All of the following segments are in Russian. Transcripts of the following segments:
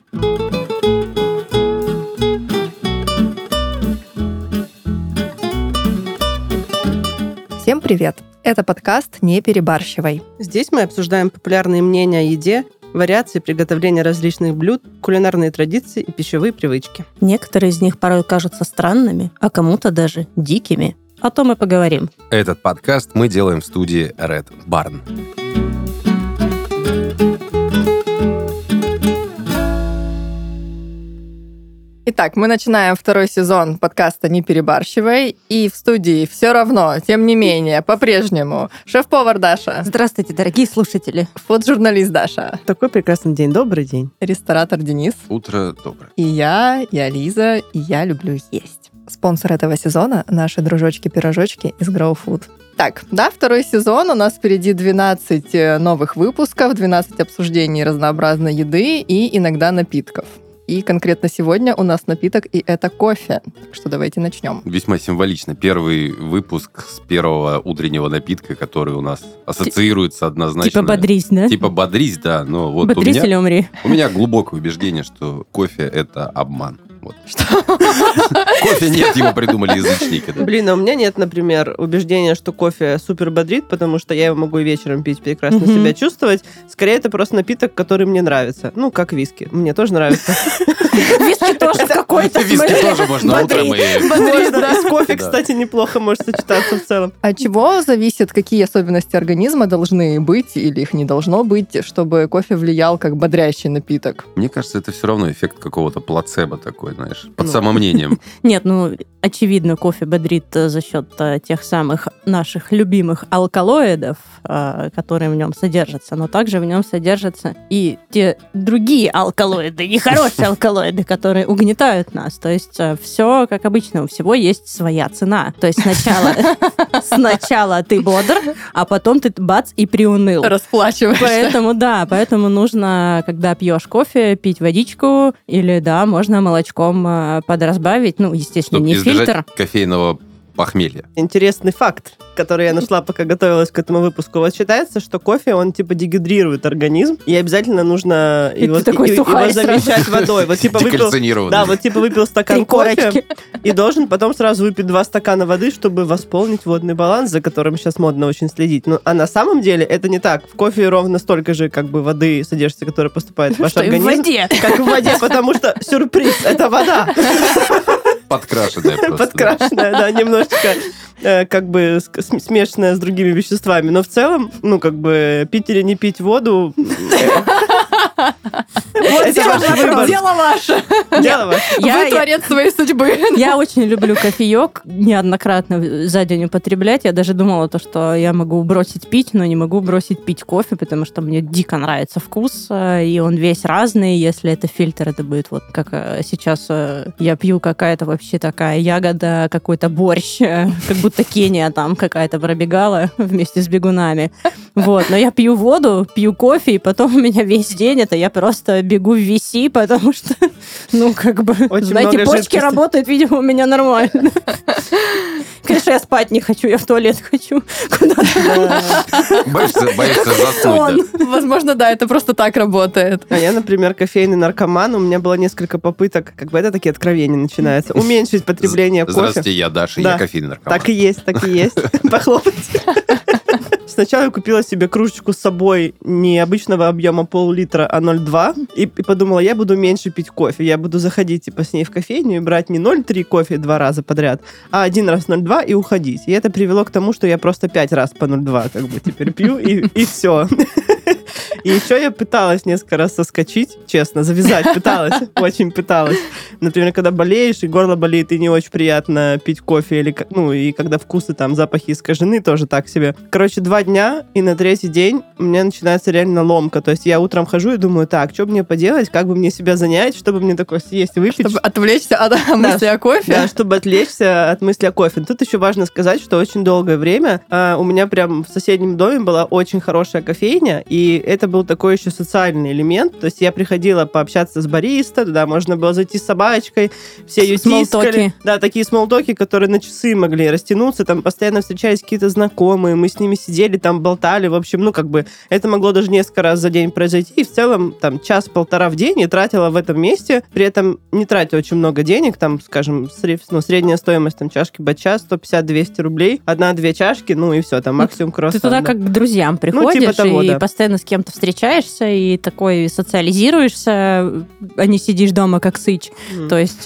Всем привет! Это подкаст «Не перебарщивай». Здесь мы обсуждаем популярные мнения о еде, вариации приготовления различных блюд, кулинарные традиции и пищевые привычки. Некоторые из них порой кажутся странными, а кому-то даже дикими. О том и поговорим. Этот подкаст мы делаем в студии Red Barn. Итак, мы начинаем второй сезон подкаста «Не перебарщивай». И в студии все равно, тем не менее, по-прежнему шеф-повар Даша. Здравствуйте, дорогие слушатели. Фуд-журналист Даша. Такой прекрасный день. Добрый день. Ресторатор Денис. Утро доброе. И я Лиза, и я люблю есть. Спонсор этого сезона — наши дружочки-пирожочки из Grow Food. Так, да, второй сезон. У нас впереди 12 новых выпусков, 12 обсуждений разнообразной еды и иногда напитков. И конкретно сегодня у нас напиток, и это кофе. Так что давайте начнем. Весьма символично. Первый выпуск с первого утреннего напитка, который у нас ассоциируется однозначно. Типа бодрись, да? Типа бодрись, да. Но вот бодрись или умри. У меня глубокое убеждение, что кофе — это обман. Вот. Кофе нет, его придумали язычники. Да? Блин, а у меня нет, например, убеждения, что кофе супер бодрит, потому что я его могу и вечером пить, прекрасно себя чувствовать. Скорее, это просто напиток, который мне нравится. Ну, как виски. Мне тоже нравится. Виски тоже в какой-то смысле. Виски тоже можно утром и... С кофе, кстати, неплохо может сочетаться в целом. От чего зависит, какие особенности организма должны быть или их не должно быть, чтобы кофе влиял как бодрящий напиток? Мне кажется, это все равно эффект какого-то плацебо такой, знаешь, под самомнением. Нет, очевидно, кофе бодрит за счет тех самых наших любимых алкалоидов, которые в нем содержатся, но также в нем содержатся и те другие алкалоиды, нехорошие алкалоиды, которые угнетают нас. То есть все как обычно, у всего есть своя цена. То есть сначала ты бодр, а потом ты бац и приуныл. Расплачиваешься. Поэтому нужно, когда пьешь кофе, пить водичку или, можно молочком подразбавить. Естественно, не фильтр. Кофейного похмелья. Интересный факт, который я нашла, пока готовилась к этому выпуску. Вот считается, что кофе, он дегидрирует организм, и обязательно нужно его замещать водой. Вот выпил стакан кофе, и должен потом сразу выпить 2 стакана воды, чтобы восполнить водный баланс, за которым сейчас модно очень следить. А на самом деле это не так. В кофе ровно столько же воды содержится, которая поступает в ваш организм. В воде. Как в воде, потому что сюрприз, это вода. Подкрашенная просто. Подкрашенная, немножечко смешанная с другими веществами. Но в целом, пить или не пить воду... Вот дело ваше. Вы творец своей судьбы. Я очень люблю кофеек, неоднократно за день употреблять. Я даже думала, что я могу бросить пить, но не могу бросить пить кофе, потому что мне дико нравится вкус, и он весь разный. Если это фильтр, это будет вот как сейчас я пью какая-то вообще такая ягода, какой-то борщ, как будто Кения там какая-то пробегала вместе с бегунами. Вот. Но я пью воду, пью кофе, и потом у меня весь день я просто бегу в VC, потому что, знаете, почки работают, видимо, у меня нормально. Конечно, я спать не хочу, я в туалет хочу. Куда-то. Боишься заснуть, да? Возможно, это просто так работает. А я, например, кофейный наркоман. У меня было несколько попыток, это такие откровения начинаются, уменьшить потребление кофе. Здравствуйте, я Даша, я кофейный наркоман. Так и есть. Похлопайте. Сначала я купила себе кружечку с собой не обычного объема пол-литра, а 0,2. И подумала, я буду меньше пить кофе. Я буду заходить с ней в кофейню и брать не 0,3 кофе 2 раза подряд, а 1 раз 0,2 и уходить. И это привело к тому, что я просто 5 раз по 0,2 теперь пью, и все. И еще я пыталась несколько раз соскочить, честно, завязать очень пыталась. Например, когда болеешь, и горло болит, и не очень приятно пить кофе, и когда вкусы, запахи искажены, тоже так себе. 2 дня, и на 3-й день у меня начинается реально ломка. То есть я утром хожу и думаю, что бы мне поделать, как бы мне себя занять, чтобы мне такое съесть и выпить. Чтобы отвлечься от мысли о кофе. Да, чтобы отвлечься от мысли о кофе. Тут еще важно сказать, что очень долгое время у меня прям в соседнем доме была очень хорошая кофейня, и И это был такой еще социальный элемент. То есть я приходила пообщаться с бариста, туда можно было зайти с собачкой, все ее тискали. Да, такие смолтоки, которые на часы могли растянуться, там постоянно встречались какие-то знакомые, мы с ними сидели, там болтали, в общем, ну, как бы, это могло даже несколько раз за день произойти, и в целом, там, час-полтора в день я тратила в этом месте, при этом не тратя очень много денег, там, скажем, средняя стоимость там чашки бача 150-200 рублей, 1-2 чашки, ну, и все, там, максимум круассан. Ты туда как к друзьям приходишь, типа того, и постоянно с кем-то встречаешься, и такой социализируешься, а не сидишь дома как сыч. То есть...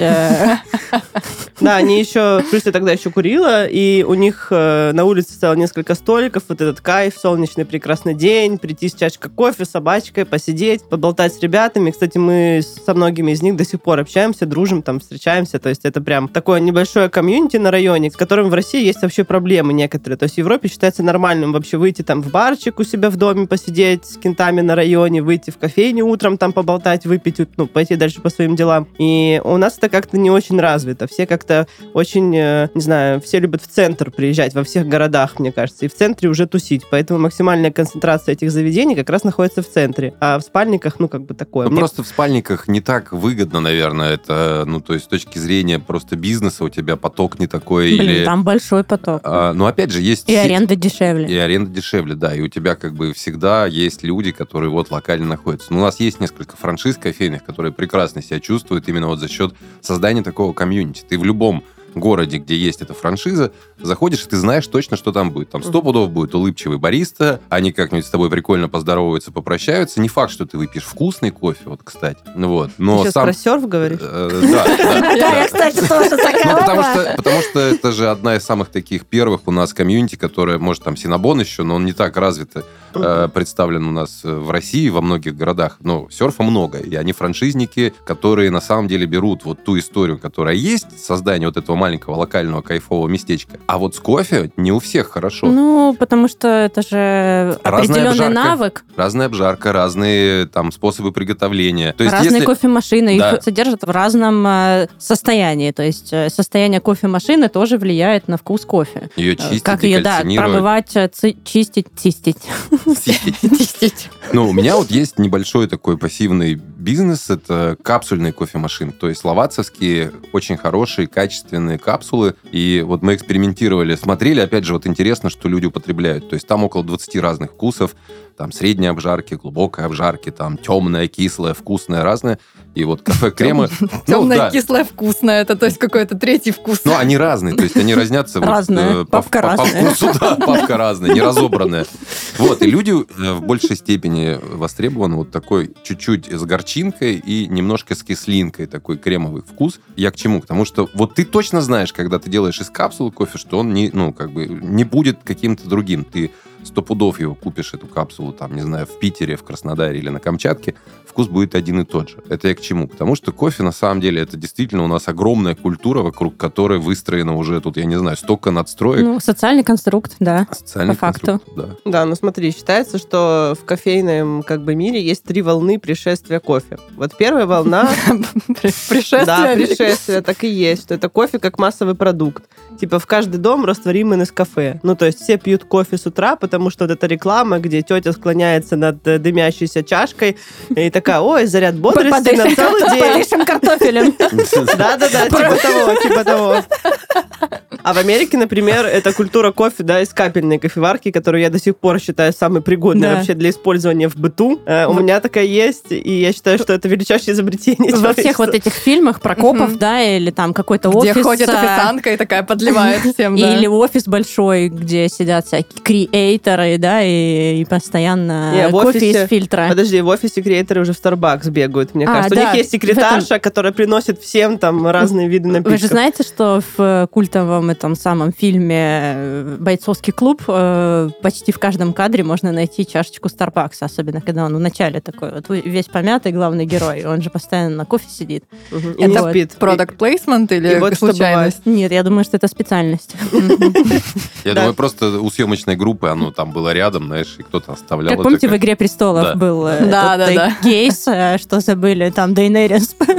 Да, они еще... Плюс я тогда еще курила, и у них на улице стояло несколько столиков, вот этот кайф, солнечный прекрасный день, прийти с чашкой кофе, с собачкой, посидеть, поболтать с ребятами. Кстати, мы со многими из них до сих пор общаемся, дружим, там, встречаемся. То есть это прям такое небольшое комьюнити на районе, с которым в России есть вообще проблемы некоторые. То есть в Европе считается нормальным вообще выйти там в барчик у себя в доме, посидеть с кентами на районе, выйти в кофейню утром, там поболтать, выпить, ну, пойти дальше по своим делам. И у нас это как-то не очень развито. Все как-то очень, не знаю, все любят в центр приезжать, во всех городах, мне кажется, и в центре уже тусить. Поэтому максимальная концентрация этих заведений как раз находится в центре. А в спальниках, ну, как бы такое. Ну, просто в спальниках не так выгодно, наверное, это, ну, то есть с точки зрения просто бизнеса у тебя поток не такой. Блин, или... там большой поток. Ну, опять же, есть... И аренда дешевле. И аренда дешевле, да. И у тебя как бы всегда есть люди, которые вот локально находятся. Ну, у нас есть несколько франшиз кофейных, которые прекрасно себя чувствуют именно вот за счет создания такого комьюнити. Ты в любом городе, где есть эта франшиза, заходишь, и ты знаешь точно, что там будет. Там 100 пудов будет улыбчивый бариста, они как-нибудь с тобой прикольно поздороваются, попрощаются. Не факт, что ты выпьешь вкусный кофе, вот, кстати. Вот. Но ты сейчас про серф говоришь? Да. Я, кстати, тоже такая. Потому что это же одна из самых таких первых у нас комьюнити, которая, может, там Синабон еще, но он не так развито представлен у нас в России, во многих городах. Но серфа много, и они франшизники, которые на самом деле берут вот ту историю, которая есть, создание вот этого маленького локального кайфового местечка. А вот с кофе не у всех хорошо. Ну, потому что это же определенный навык. Разная обжарка, разные там способы приготовления. То есть, разные кофемашины, их содержат в разном состоянии. То есть состояние кофемашины тоже влияет на вкус кофе. Ее чистить, как ее, промывать, чистить. Ну, у меня вот есть небольшой такой пассивный бизнес, это капсульные кофемашины. То есть лавацовские, очень хорошие, качественные капсулы. И вот мы экспериментировали, смотрели, опять же, вот интересно, что люди употребляют. То есть там около 20 разных вкусов. Там средней обжарки, глубокой обжарки, там темная, кислая, вкусная, разная. И вот кафе Крема... Темная, кислая, вкусная. Это то есть какой-то третий вкус. Ну, они разные, то есть они разнятся по вкусу. Да, папка разная, неразобранная. Вот, и люди в большей степени востребованы вот такой чуть-чуть с горчинкой и немножко с кислинкой, такой кремовый вкус. Я к чему? Потому что вот ты точно знаешь, когда ты делаешь из капсулы кофе, что он не будет каким-то другим. Ты 100 пудов его купишь, эту капсулу, там, не знаю, в Питере, в Краснодаре или на Камчатке, вкус будет один и тот же. Это я к чему? Потому что кофе, на самом деле, это действительно у нас огромная культура, вокруг которой выстроена уже тут, я не знаю, столько надстроек. Ну, социальный конструкт, да, социальный по факту. Да. Да, ну смотри, считается, что в кофейном как бы мире есть 3 волны пришествия кофе. Вот первая волна... Пришествие? Да, пришествие, так и есть, что это кофе как массовый продукт. Типа в каждый дом растворимый Нескафе. Ну, то есть все пьют кофе с утра, потому что вот эта реклама, где тетя склоняется над дымящейся чашкой и такая, ой, заряд бодрости на целый день. Подышим картофелем. Да-да-да, типа того. А в Америке, например, это культура кофе, да, из капельной кофеварки, которую я до сих пор считаю самой пригодной вообще для использования в быту. У меня такая есть, и я считаю, что это величайшее изобретение. Во всех вот этих фильмах про копов, да, или там какой-то офис. Где ходит официантка и такая подливает всем, да. Или офис большой, где сидят всякие креаторы, да, и постоянно кофе из фильтра. Подожди, в офисе креаторы уже в Starbucks бегают, мне кажется. У них есть секретарша, которая приносит всем там разные виды напитков. Вы же знаете, что в культовом этом самом фильме «Бойцовский клуб» почти в каждом кадре можно найти чашечку Starbucks, особенно когда он в начале такой вот весь помятый главный герой, он же постоянно на кофе сидит. И не спит. Product placement или случайность? Нет, я думаю, что это специальность. Я думаю, просто у съемочной группы оно там было рядом, знаешь, и кто-то оставлял. Как помните, в «Игре престолов» был кейс, что забыли там Дейнерис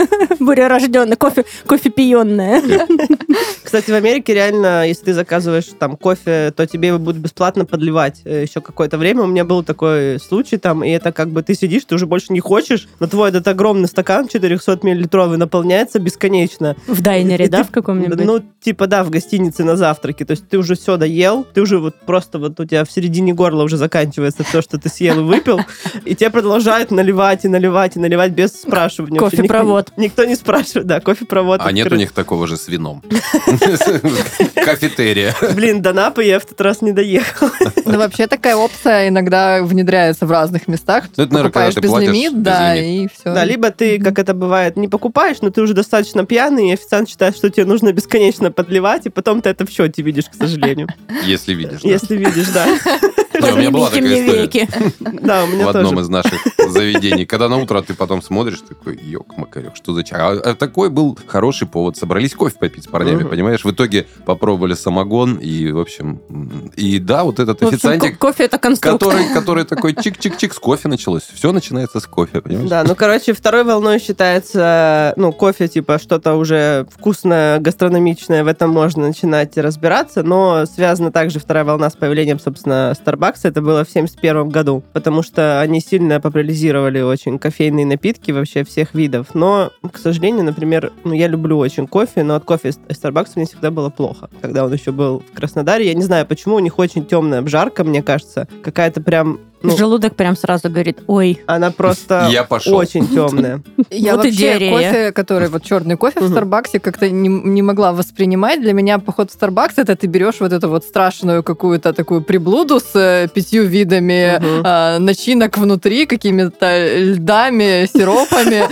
Бурерожденный, кофе пионное. Кстати, в Америке реально, если ты заказываешь там кофе, то тебе его будут бесплатно подливать еще какое-то время. У меня был такой случай там, и это как бы ты сидишь, ты уже больше не хочешь, но твой этот огромный стакан 400-миллилитровый наполняется бесконечно. В дайнере, да, в каком-нибудь? Ну, типа, да, в гостинице на завтраке. То есть ты уже все доел, ты уже вот просто вот у тебя в середине горла уже заканчивается все, что ты съел и выпил, и тебе продолжают наливать и наливать и наливать без спрашивания. Кофепровод. Никто не спрашивает, да, кофепровод. А нет у них такого же с вином? Кафетерия. Блин, до Напы я в тот раз не доехал. Ну, вообще такая опция иногда внедряется в разных местах. Ну, это, наверное, когда ты платишь безлимит, да, безлимит. и все. Да, либо ты, как это бывает, не покупаешь, но ты уже достаточно пьяный, и официант считает, что тебе нужно бесконечно подливать, и потом ты это в счете видишь, к сожалению. Если видишь. да. Если видишь, да. У меня была такая история Да, у меня в тоже. одном из наших заведений. Когда на утро ты потом смотришь, такой, ёк-макарёк, что за чай? А такой был хороший повод. Собрались кофе попить с парнями, понимаешь? В итоге попробовали самогон, и, в общем... И да, вот этот официантик... Кофе — это конструктор. Который такой чик-чик-чик, с кофе началось. Все начинается с кофе, понимаешь? Да, ну, короче, второй волной считается, ну, кофе, типа, что-то уже вкусное, гастрономичное, в этом можно начинать разбираться, но связана также вторая волна с появлением, собственно, Starbucks. Это было в 1971 году, потому что они сильно популяризировали очень кофейные напитки вообще всех видов. Но, к сожалению, например, ну, я люблю очень кофе, но от кофе из Starbucks мне всегда было плохо. Когда он еще был в Краснодаре, я не знаю, почему, у них очень темная обжарка, мне кажется, какая-то прям... Ну, желудок прям сразу говорит, ой. Она просто очень темная. Я Вот вообще идея. кофе, который вот черный кофе в Старбаксе, как-то не могла воспринимать. Для меня поход в Старбакс — это ты берешь вот эту вот страшную какую-то такую приблуду с 5 видами начинок внутри, какими-то льдами, сиропами.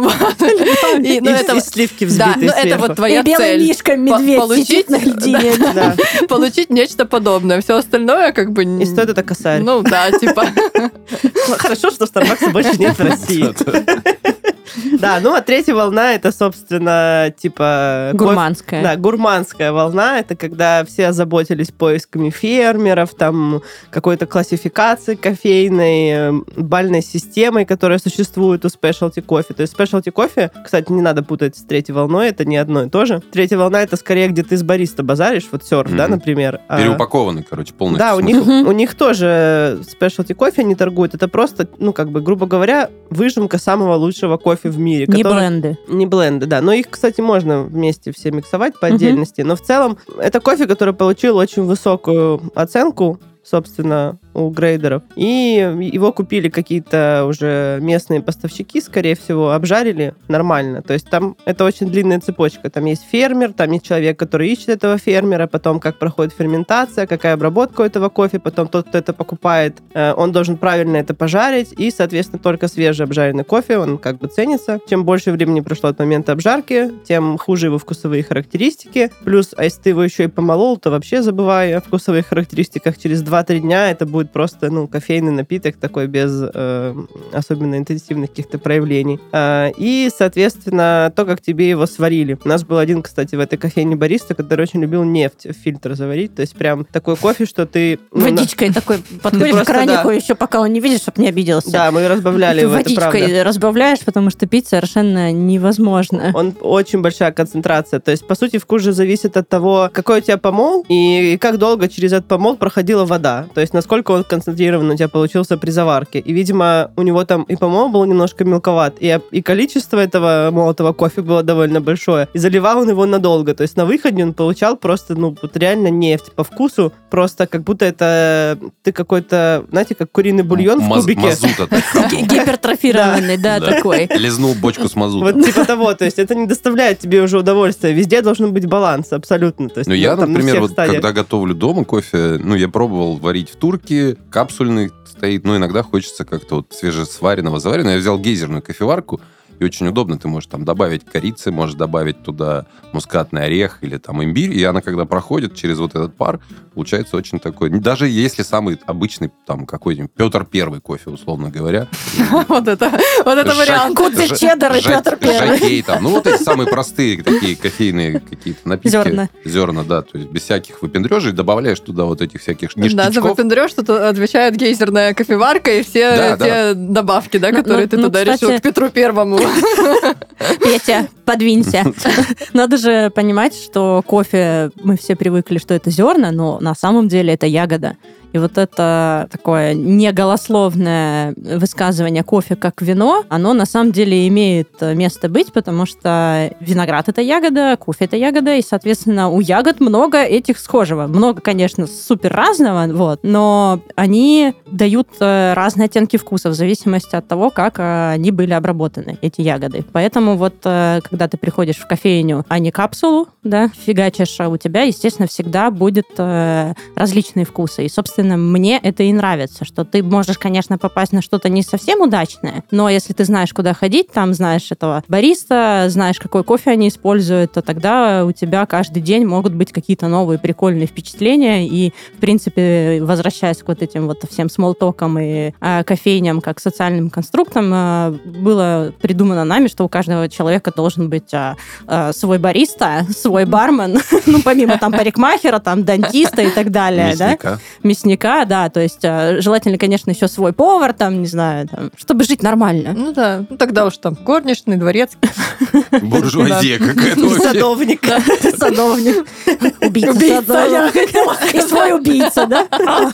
И сливки взбитые Да, это вот твоя цель. И белый мишка, медведь сидит на льдине. Получить нечто подобное. Все остальное как бы... И стоит это косарь. Ну да, типа... Хорошо, что Starbucks больше нет в России. Да, ну а третья волна, это, собственно, типа... Гурманская. Да, гурманская волна. Это когда все озаботились поисками фермеров, там, какой-то классификации кофейной, бальной системой, которая существует у спешлти кофе. То есть спешлти кофе, кстати, не надо путать с третьей волной, это не одно и то же. Третья волна — это скорее, где ты с бариста базаришь, вот серф, да, например. Переупакованный, короче, полностью. Да, у них тоже спешлти кофе они торгуют. Это просто, ну, как бы, грубо говоря, выжимка самого лучшего кофе в мире. Не бленды. Не бленды, да. Но их, кстати, можно вместе все миксовать по отдельности. Но в целом это кофе, который получил очень высокую оценку, собственно, у грейдеров. И его купили какие-то уже местные поставщики, скорее всего, обжарили нормально. То есть там это очень длинная цепочка. Там есть фермер, там есть человек, который ищет этого фермера, потом как проходит ферментация, какая обработка у этого кофе, потом тот, кто это покупает, он должен правильно это пожарить, и, соответственно, только свежий обжаренный кофе, он как бы ценится. Чем больше времени прошло от момента обжарки, тем хуже его вкусовые характеристики. Плюс, а если ты его еще и помолол, то вообще забывай о вкусовых характеристиках. Через 2-3 дня это будет просто, ну, кофейный напиток такой без особенно интенсивных каких-то проявлений. И, соответственно, то, как тебе его сварили. У нас был один, кстати, в этой кофейне бариста, который очень любил нефть в фильтр заварить. То есть прям такой кофе, что ты... Водичкой такой подходишь к кранику еще, пока он не видит, чтобы не обиделся. Да, мы разбавляли его, это правда. Водичкой разбавляешь, потому что пить совершенно невозможно. Он очень большая концентрация. То есть, по сути, вкус же зависит от того, какой у тебя помол и как долго через этот помол проходила вода. То есть, насколько он концентрированный у тебя получился при заварке. И, видимо, у него там и помол был немножко мелковат, и количество этого молотого кофе было довольно большое. И заливал он его надолго. То есть, на выходе он получал просто, ну, вот реально нефть по вкусу. Просто как будто это ты какой-то, знаете, как куриный бульон в кубике. Мазута. Гипертрофированный, да, такой. Лизнул бочку с мазутом. Вот типа того. То есть, это не доставляет тебе уже удовольствия. Везде должен быть баланс, абсолютно. То есть, ну, я, например, вот когда готовлю дома кофе, ну, я пробовал варить в турке, капсульный стоит, но иногда хочется как-то вот свежесваренного, заваренного. Я взял гейзерную кофеварку, и очень удобно. Ты можешь там добавить корицы, можешь добавить туда мускатный орех или там имбирь, и она, когда проходит через вот этот пар, получается очень такой... Даже если самый обычный, там, какой-нибудь Петр Первый кофе, условно говоря. Вот это вариант. Куцый чеддер и Петр Первый. Жакей там. Ну, вот эти самые простые такие кофейные какие-то напитки. Зерна, да. То есть без всяких выпендрежей добавляешь туда вот этих всяких ништячков. Да, за выпендрёж тут отвечает гейзерная кофеварка и все те добавки, да, которые ты туда решил к Петру Первому Петя, подвинься. Надо же понимать, что кофе, мы все привыкли, что это зерна, но на самом деле это ягода. И вот это такое неголословное высказывание кофе как вино, оно на самом деле имеет место быть, потому что виноград — это ягода, кофе — это ягода, и, соответственно, у ягод много этих схожего. Много, конечно, супер разного, вот, но они дают разные оттенки вкуса в зависимости от того, как они были обработаны, эти ягоды. Поэтому вот, когда ты приходишь в кофейню, а не капсулу, да, фигачишь, у тебя, естественно, всегда будет различные вкусы. И, собственно, мне это и нравится, что ты можешь, конечно, попасть на что-то не совсем удачное, но если ты знаешь, куда ходить, там знаешь этого бариста, знаешь, какой кофе они используют, то тогда у тебя каждый день могут быть какие-то новые прикольные впечатления. И, в принципе, возвращаясь к вот этим вот всем смолтокам и кофейням как социальным конструктам, было придумано нами, что у каждого человека должен быть свой бариста, свой бармен, ну, помимо там парикмахера, там, дантиста и так далее, Мясника. Мясника, да, то есть желательно, конечно, еще свой повар, там, не знаю, там, чтобы жить нормально. Ну да, ну тогда уж там горничный, дворецкий. Буржуазия какая-то вообще. Садовник. Садовник. Убийца. И свой убийца, да?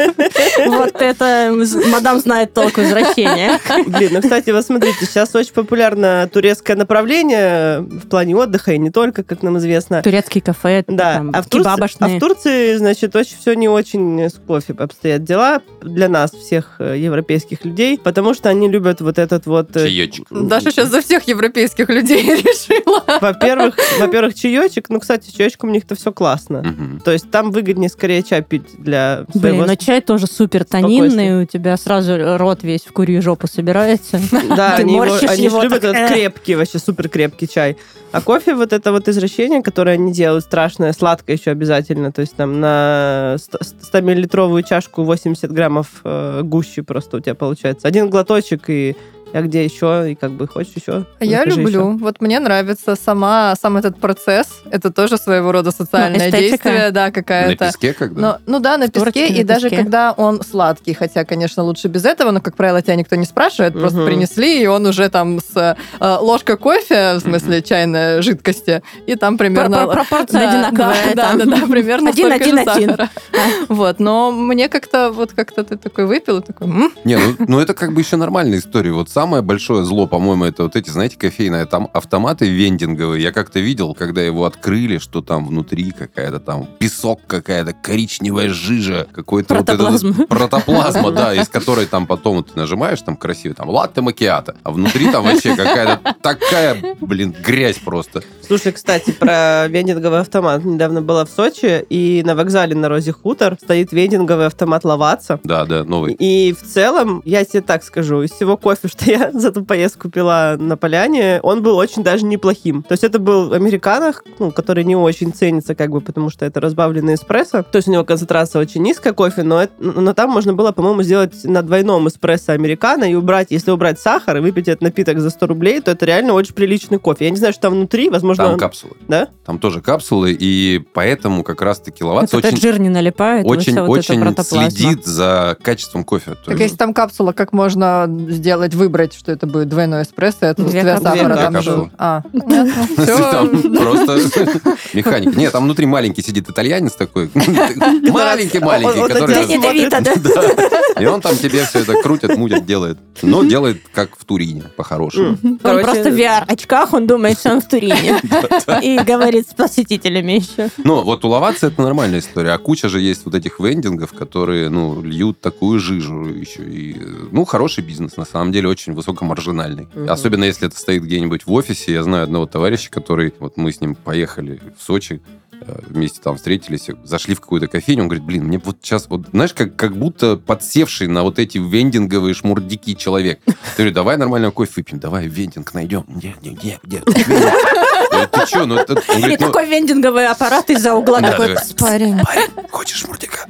Вот это мадам знает толк в извращении. Блин, ну, кстати, вот смотрите, сейчас очень популярно турецкое направление в плане отдыха, и не только, как нам известно. Турецкие кафе, Да, там, а в кебабошные. Турции, значит, очень все не очень с кофе обстоят дела для нас, всех европейских людей, потому что они любят вот этот вот... Чаечек. Даша сейчас за всех европейских людей решила. Во-первых, чаечек, ну, кстати, чаечком у них-то все классно. То есть там выгоднее скорее чай пить для своего... Блин, но чай тоже супер тонинный, у тебя сразу рот весь в курью жопу собирается. Да, Ты они морщишь же его, любят так, этот крепкий, вообще супер крепкий чай. А кофе вот это вот извращение, которое они делают, страшное, сладкое еще обязательно. То есть там на 100-миллилитровую чашку 80 граммов гущи просто у тебя получается. Один глоточек, и а где еще? И как бы хочешь еще? Я Закажи люблю. еще. Вот мне нравится сам этот процесс. Это тоже своего рода социальное эстетика. действие, да, На какая-то. песке когда? Ну да, на В Турции песке, на и даже песке. когда он сладкий, хотя, конечно, лучше без этого, но, как правило, тебя никто не спрашивает, просто Мгм. принесли, и он уже там с ложкой кофе, в смысле чайной жидкости, и там примерно... Пропорция одинаковая. Да, примерно Один, столько же один, один. сахара. Вот, но мне как-то ты такой выпил, и такой... Не, ну это как бы еще нормальная история. Вот самое большое зло, по-моему, это вот эти, знаете, кофейные там автоматы вендинговые. Я как-то видел, когда его открыли, что там внутри какая-то там песок, какая-то коричневая жижа, какой-то вот Протоплазма. этот протоплазма, да, из которой там потом вот ты нажимаешь, там красиво, там латте макиато, а внутри там вообще какая-то такая, блин, грязь просто. Слушай, кстати, про вендинговый автомат. Недавно была в Сочи, и на вокзале на Розе Хутор стоит вендинговый автомат Лаваца. Да, новый. И в целом, я тебе так скажу, из всего кофе, что я за ту поездку пила на поляне, он был очень даже неплохим. То есть это был американо, который не очень ценится, как бы, потому что это разбавленный эспрессо. То есть у него концентрация очень низкая кофе, но там можно было, по-моему, сделать на двойном эспрессо американо и убрать, если убрать сахар и выпить этот напиток за 100 рублей, то это реально очень приличный кофе. Я не знаю, что там внутри, возможно... Там капсулы. Да? Там тоже капсулы, и поэтому как раз-таки Лаваца Этот жир не налипает, очень вот эта протоплазма. следит за качеством кофе. Так если там капсула, как можно выбрать, что это будет двойной эспрессо, это Две отсутствие капсулы. сахара Две там капсулы. же. Понятно. Там Всё. просто механика. Нет, там внутри маленький сидит итальянец такой. Маленький-маленький, Вот который... эти Дэнни Девито, да? Да. И он там тебе все это крутит, мутит, делает. Но делает как в Турине, по-хорошему. Он Короче, просто в VR-очках, он думает, что он в Турине. И говорит с посетителями еще. Но вот у Лаваца это нормальная история. А куча же есть вот этих вендингов, которые, льют такую жижу еще. И, хороший бизнес, на самом деле, очень высокомаржинальный. Особенно, если это стоит где-нибудь в офисе. Я знаю одного товарища, который... Вот мы с ним поехали в Сочи, вместе там встретились, зашли в какую-то кофейню, он говорит, блин, мне вот сейчас, вот, знаешь, как будто подсевший на вот эти вендинговые шмурдяки человек. Ты говоришь, давай нормального кофе выпьем, давай вендинг найдем. Где? Ты что? И такой вендинговый аппарат из-за угла Да, такой, да. парень. Хочешь шмурдяка?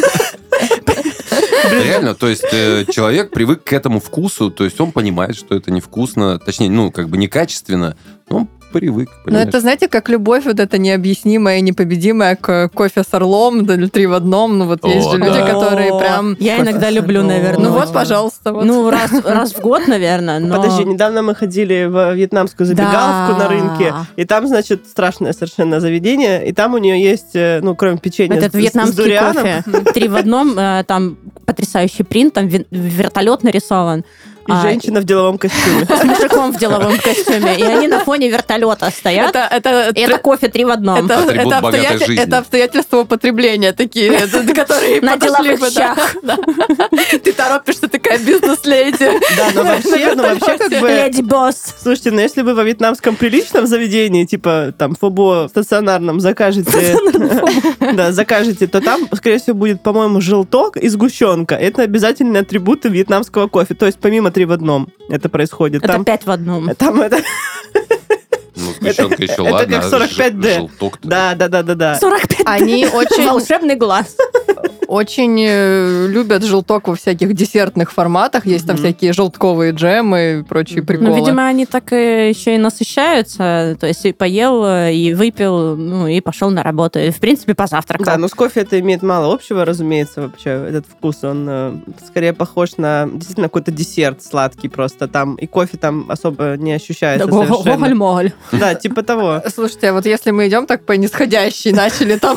Реально, то есть человек привык к этому вкусу, то есть он понимает, что это невкусно, точнее, некачественно, но он привык. Ну, это, знаете, как любовь вот эта необъяснимая и непобедимая к кофе с орлом, 3 в одном. Ну, вот есть же люди, которые прям... Я иногда люблю, наверное. Ну, вот, пожалуйста. Ну, раз в год, наверное, но... Подожди, недавно мы ходили в вьетнамскую забегаловку на рынке, и там, значит, страшное совершенно заведение, и там у нее есть, ну, кроме печенья этот вьетнамский кофе. 3 в одном, там потрясающий принт, там вертолет нарисован. И женщина в деловом костюме. С мужиком в деловом костюме. И они на фоне вертолета стоят. Это кофе 3 в одном. Это обстоятельства употребления такие, которые на деловых щах. Ты торопишься, такая бизнес-леди. Да, но вообще как бы... Леди-босс. Слушайте, ну если вы во вьетнамском приличном заведении, типа там фобо стационарном закажете, то там, скорее всего, будет, по-моему, желток и сгущенка. Это обязательные атрибуты вьетнамского кофе. То есть помимо 3 в одном это происходит. Это 5 в одном. Там это... Ну, сгущенка еще ладно. Это как 45D. Желток-то. Да. 45D. Они очень... Волшебный глаз. Очень любят желток во всяких десертных форматах. Есть там всякие желтковые джемы и прочие приколы. Ну, видимо, они так еще и насыщаются. То есть и поел, и выпил, ну, и пошел на работу. И, в принципе, позавтракал. Да, но с кофе это имеет мало общего, разумеется, вообще. Этот вкус, он скорее похож на действительно какой-то десерт сладкий просто. Там и кофе там особо не ощущается совершенно. Гоголь-моголь. Да, типа того. Слушайте, а вот если мы идем так по нисходящей, начали там...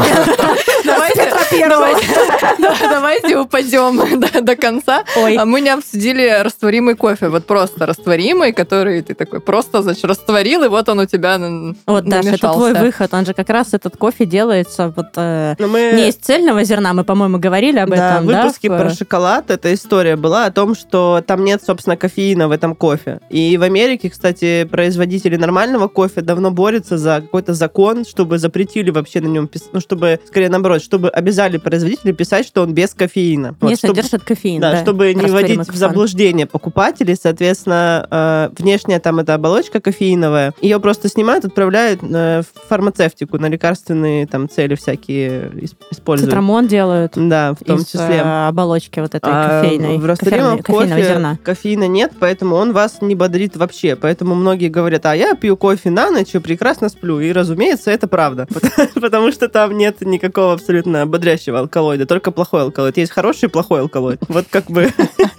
Давайте упадем до конца. А мы не обсудили растворимый кофе. Вот просто растворимый, который ты такой просто, значит, растворил, и вот он у тебя Вот, Даша, это твой выход. Он же как раз, этот кофе делается вот не из цельного зерна. Мы, по-моему, говорили об этом, да? В выпуске про шоколад эта история была о том, что там нет, собственно, кофеина в этом кофе. И в Америке, кстати, производители нормального кофе давно борются за какой-то закон, чтобы запретили вообще на нем писать, ну, чтобы, скорее наоборот, чтобы обязали производителей писать, что он без кофеина. Не содержит кофеин, да. Чтобы не вводить в заблуждение покупателей, соответственно, внешняя там эта оболочка кофеиновая, ее просто снимают, отправляют в фармацевтику, на лекарственные там цели всякие используют. Цитрамон делают. Да, в том числе. Оболочки вот этой кофейной. В растворимом кофе зерна. Кофеина нет, поэтому он вас не бодрит вообще. Поэтому многие говорят, я пью кофе на ночь и прекрасно сплю. И, разумеется, это правда. Потому что там нет никакого абсолютно бодрящего алкалоида, только плохой алкалоид. Есть хороший и плохой алкалоид. Вот как бы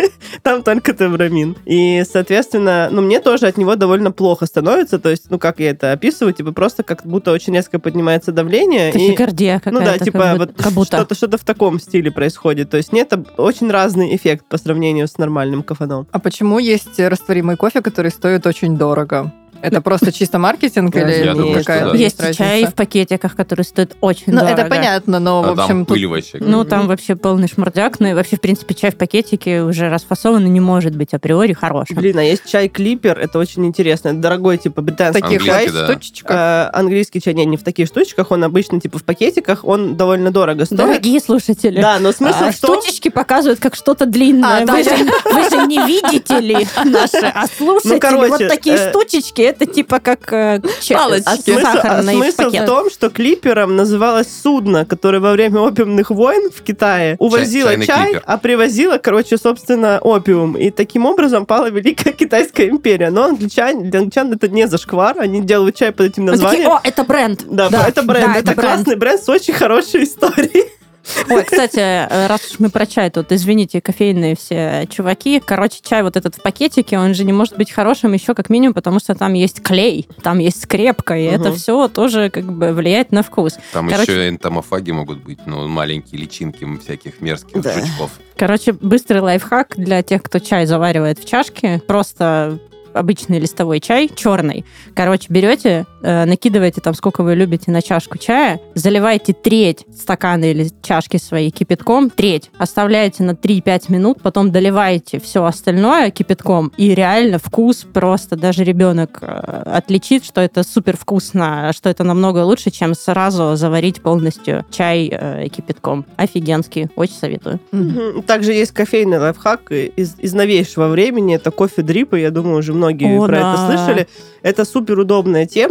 там только тембрамин. И, соответственно, мне тоже от него довольно плохо становится. То есть, как я это описываю, типа просто как будто очень резко поднимается давление. Тахикардия какая-то. Ну да, типа как будто. Что-то в таком стиле происходит. То есть нет, очень разный эффект по сравнению с нормальным кофеном. А почему есть растворимый кофе, который стоит очень дорого? Это просто чисто маркетинг или какая-то есть чай в пакетиках, который стоит очень дорого. Ну, это понятно, но, в общем... Ну, там вообще полный шмурдяк. Ну, и вообще, в принципе, чай в пакетике уже расфасованный не может быть априори хорошим. Блин, а есть чай Клиппер, это очень интересно. Это дорогой, типа, британский чай. В штучечках. Английский чай, не в таких штучках, он обычно, типа, в пакетиках, он довольно дорого стоит. Дорогие слушатели. Да, но смысл в том... Штучечки показывают, как что-то длинное. Вы же не видите ли наши, а слушатели, вот такие штучечки, это типа как палочки. Смысл в том, что клиппером называлось судно, которое во время опиумных войн в Китае увозило чай, а привозило, собственно, опиум. И таким образом пала Великая Китайская империя. Но для англичан это не зашквар, они делают чай под этим названием. Это бренд. Да, это бренд. Это классный бренд с очень хорошей историей. Ой, кстати, раз уж мы про чай тут, извините, кофейные все чуваки. Короче, чай вот этот в пакетике, он же не может быть хорошим еще как минимум, потому что там есть клей, там есть скрепка, и это все тоже как бы влияет на вкус. Там еще энтомофаги могут быть, маленькие личинки всяких мерзких жучков. Короче, быстрый лайфхак для тех, кто чай заваривает в чашке. Просто обычный листовой чай, черный. Короче, берете, накидываете там, сколько вы любите на чашку чая, заливаете треть стакана или чашки своей кипятком, треть, оставляете на 3-5 минут, потом доливаете все остальное кипятком, и реально вкус просто даже ребенок отличит, что это супер вкусно, что это намного лучше, чем сразу заварить полностью чай кипятком. Офигенский, очень советую. Также есть кофейный лайфхак из новейшего времени, это кофе-дрипы, я думаю, уже многие про это слышали. Это супер удобная тема.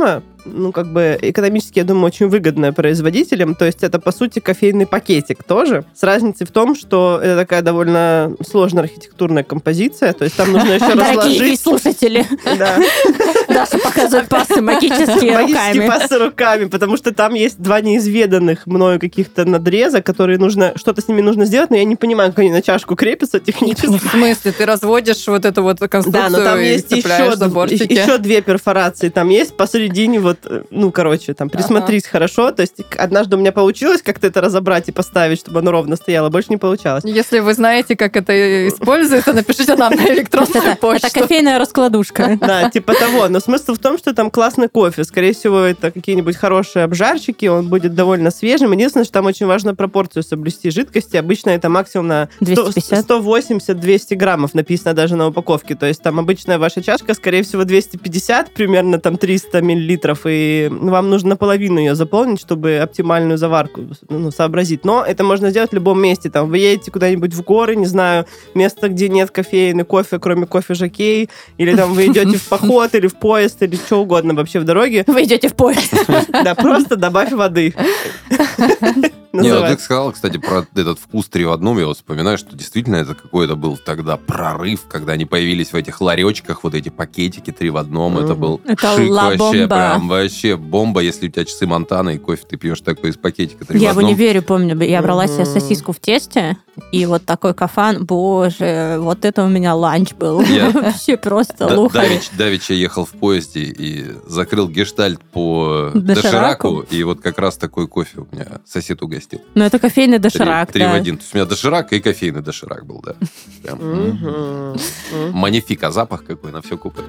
экономически, я думаю, очень выгодная производителям. То есть это, по сути, кофейный пакетик тоже, с разницей в том, что это такая довольно сложная архитектурная композиция, то есть там нужно еще разложить... Дорогие слушатели, Да. Даша показывает пассы магические руками. Магические пассы руками, потому что там есть 2 неизведанных мною каких-то надреза, которые что-то с ними нужно сделать, но я не понимаю, как они на чашку крепятся технически. В смысле? Ты разводишь вот эту вот конструкцию, да, но там и есть цепляешь заборчики? еще 2 перфорации. Там есть посередине там присмотрись хорошо. То есть однажды у меня получилось как-то это разобрать и поставить, чтобы оно ровно стояло. Больше не получалось. Если вы знаете, как это используется, напишите нам на электронную почту. Это кофейная раскладушка. Да, типа того. Но смысл в том, что там классный кофе. Скорее всего, это какие-нибудь хорошие обжарчики. Он будет довольно свежим. Единственное, что там очень важно пропорцию соблюсти жидкости. Обычно это максимум на 180-200 граммов написано даже на упаковке. То есть там обычная ваша чашка, скорее всего, 250, примерно там 300 миллилитров, и вам нужно наполовину ее заполнить, чтобы оптимальную заварку сообразить. Но это можно сделать в любом месте. Там вы едете куда-нибудь в горы, не знаю, место, где нет кофеина, кофе, кроме кофе Жокей, или там вы идете в поход, или в поезд, или что угодно вообще в дороге. Вы идете в поезд. Да, просто добавь воды. Не, вот ты сказал, кстати, про этот вкус 3 в одном. Я вот вспоминаю, что действительно это какой-то был тогда прорыв, когда они появились в этих ларечках, вот эти пакетики 3 в одном. Это был шик вообще, прям вообще бомба. Если у тебя часы Монтана и кофе ты пьешь такой из пакетика 3 в одном. Я в универе помню, я брала себе сосиску в тесте, и вот такой кафан, боже, вот это у меня ланч был. Вообще просто лухарь. Давича ехал в поезде и закрыл гештальт по дошираку, и вот как раз такой кофе у меня сосед угостил. Ну, это кофейный доширак, 3 в 1. То есть у меня доширак и кофейный доширак был, да. Прям. Манифика, запах какой, на все купе.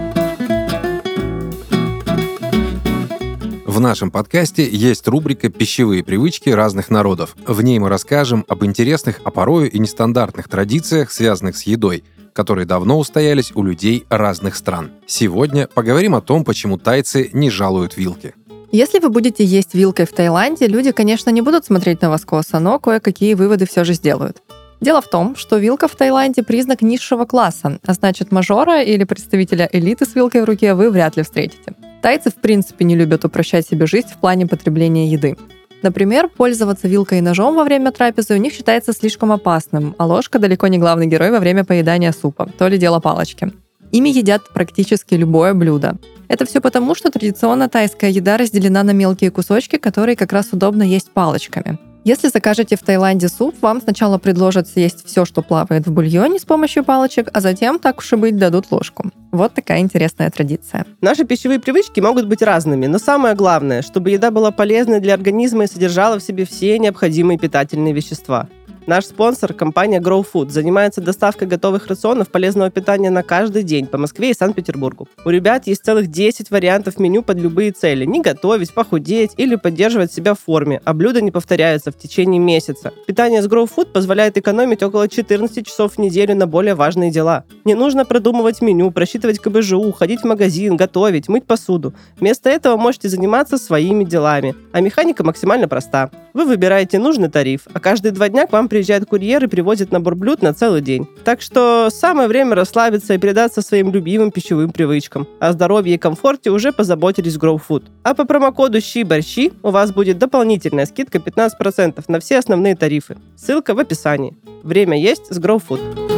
В нашем подкасте есть рубрика «Пищевые привычки разных народов». В ней мы расскажем об интересных, а порою и нестандартных традициях, связанных с едой, которые давно устоялись у людей разных стран. Сегодня поговорим о том, почему тайцы не жалуют вилки. Если вы будете есть вилкой в Таиланде, люди, конечно, не будут смотреть на вас косо, но кое-какие выводы все же сделают. Дело в том, что вилка в Таиланде – признак низшего класса, а значит, мажора или представителя элиты с вилкой в руке вы вряд ли встретите. Тайцы в принципе не любят упрощать себе жизнь в плане потребления еды. Например, пользоваться вилкой и ножом во время трапезы у них считается слишком опасным, а ложка далеко не главный герой во время поедания супа, то ли дело палочки. Ими едят практически любое блюдо. Это все потому, что традиционно тайская еда разделена на мелкие кусочки, которые как раз удобно есть палочками. Если закажете в Таиланде суп, вам сначала предложат съесть все, что плавает в бульоне с помощью палочек, а затем, так уж и быть, дадут ложку. Вот такая интересная традиция. Наши пищевые привычки могут быть разными, но самое главное, чтобы еда была полезной для организма и содержала в себе все необходимые питательные вещества. Наш спонсор, компания Grow Food, занимается доставкой готовых рационов полезного питания на каждый день по Москве и Санкт-Петербургу. У ребят есть целых 10 вариантов меню под любые цели. Не готовить, похудеть или поддерживать себя в форме, а блюда не повторяются в течение месяца. Питание с Grow Food позволяет экономить около 14 часов в неделю на более важные дела. Не нужно продумывать меню, просчитывать КБЖУ, ходить в магазин, готовить, мыть посуду. Вместо этого можете заниматься своими делами. А механика максимально проста. Вы выбираете нужный тариф, а каждые 2 дня к вам приезжает курьер и привозит набор блюд на целый день. Так что самое время расслабиться и предаться своим любимым пищевым привычкам. О здоровье и комфорте уже позаботились Grow Food. А по промокоду ЩИ-борщи у вас будет дополнительная скидка 15% на все основные тарифы. Ссылка в описании. Время есть с Grow Food.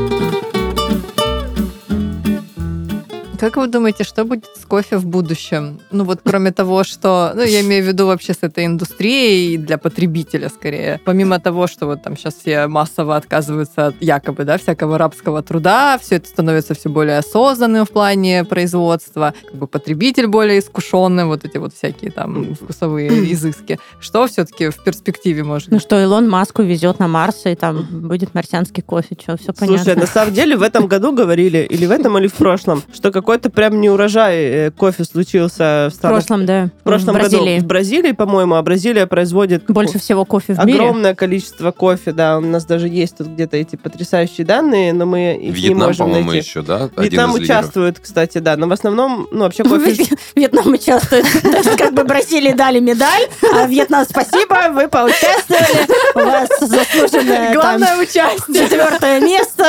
Как вы думаете, что будет с кофе в будущем? Ну вот кроме того, что... Ну, я имею в виду вообще с этой индустрией для потребителя скорее. Помимо того, что вот там сейчас все массово отказываются от якобы, да, всякого рабского труда, все это становится все более осознанным в плане производства, как бы потребитель более искушенный, вот эти вот всякие там вкусовые изыски. Что все-таки в перспективе может? Ну что, Илон Маск увезет на Марс, и там будет марсианский кофе, что, все понятно. Слушай, на самом деле в этом году говорили, или в этом, или в прошлом, что какой-то прям неурожай кофе случился в странах. В прошлом, да. В прошлом году в Бразилии, по-моему, а Бразилия производит больше всего кофе в мире. Огромное количество кофе, да. У нас даже есть тут где-то эти потрясающие данные, но мы их не можем найти. Вьетнам, по-моему, еще, да? Вьетнам участвует, кстати, да. Но в основном, ну, вообще кофе... Вьетнам участвует. То есть, как бы Бразилии дали медаль, а Вьетнам спасибо, вы поучаствовали. У вас заслуженное... Главное участие. 4-е место.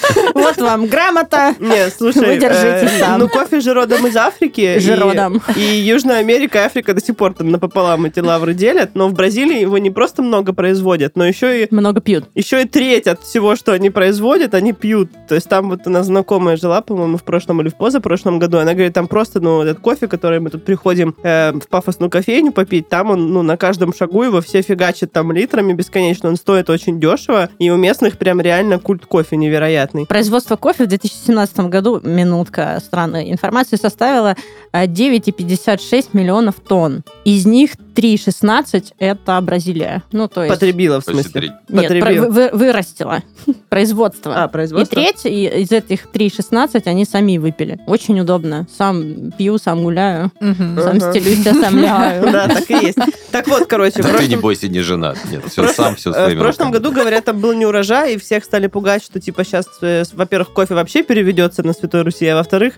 Вот вам грамота. Нет, слушай, вы держитесь там. Ну, кофе же родом из Африки. И Южная Америка и Африка до сих пор там напополам эти лавры делят, но в Бразилии его не просто много производят, но еще и... Много пьют. Еще и треть от всего, что они производят, они пьют. То есть там вот у нас знакомая жила, по-моему, в прошлом или в позапрошлом году, она говорит, там просто, этот кофе, который мы тут приходим в пафосную кофейню попить, там он, на каждом шагу его все фигачат там литрами бесконечно, он стоит очень дешево, и у местных прям реально культ кофе невероятный. Производство кофе в 2017 году, минутка странной информации, составило 9,56 миллионов тонн. Из них 3,16 это Бразилия. Ну, то есть... Потребила, в смысле? Нет, вырастила. Производство. Производство? И треть из этих 3,16 они сами выпили. Очень удобно. Сам пью, сам гуляю, сам стелюсь, я сам лягаю. Да, так и есть. Так вот, короче... Да ты, не бойся, не женат. Нет, все сам, все своими руками. В прошлом году, говорят, там был неурожай, и всех стали пугать, что, типа, сейчас, во-первых, кофе вообще переведется на Святой Руси, а во-вторых...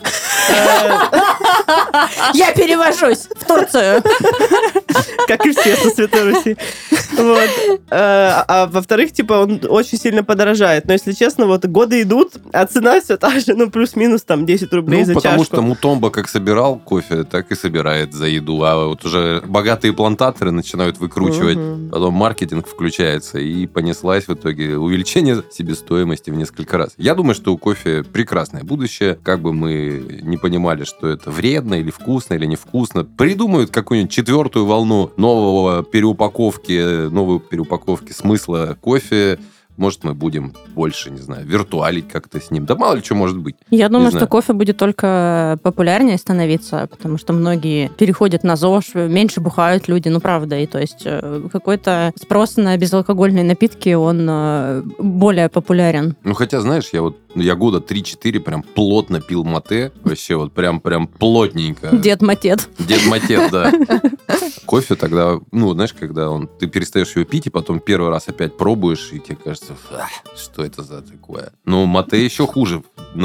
Я перевожусь в Турцию. Как и все со Святой Руси. Вот. А во-вторых, типа, он очень сильно подорожает. Но, если честно, вот годы идут, а цена все та же, плюс-минус там 10 рублей за чашку. Потому что Мутомбо как собирал кофе, так и собирает за еду. А вот уже богатые плантаторы начинают выкручивать, потом маркетинг включается, и понеслась в итоге увеличение себестоимости в несколько раз. Я думаю, что у кофе прекрасное будущее. Как бы мы не понимали, что это вредно или вкусно, или невкусно. Придумают какую-нибудь четвертую волну новой переупаковки смысла кофе. Может, мы будем больше, не знаю, виртуалить как-то с ним. Да мало ли что может быть. Я думаю, что кофе будет только популярнее становиться, потому что многие переходят на ЗОЖ, меньше бухают люди, правда. И то есть какой-то спрос на безалкогольные напитки, он более популярен. Хотя, знаешь, я года 3-4 прям плотно пил мате. Вообще вот прям плотненько. Дед-матет. Дед-матет, да. Кофе тогда, знаешь, когда ты перестаешь его пить, и потом первый раз опять пробуешь, и тебе кажется, что это за такое? Мате еще хуже.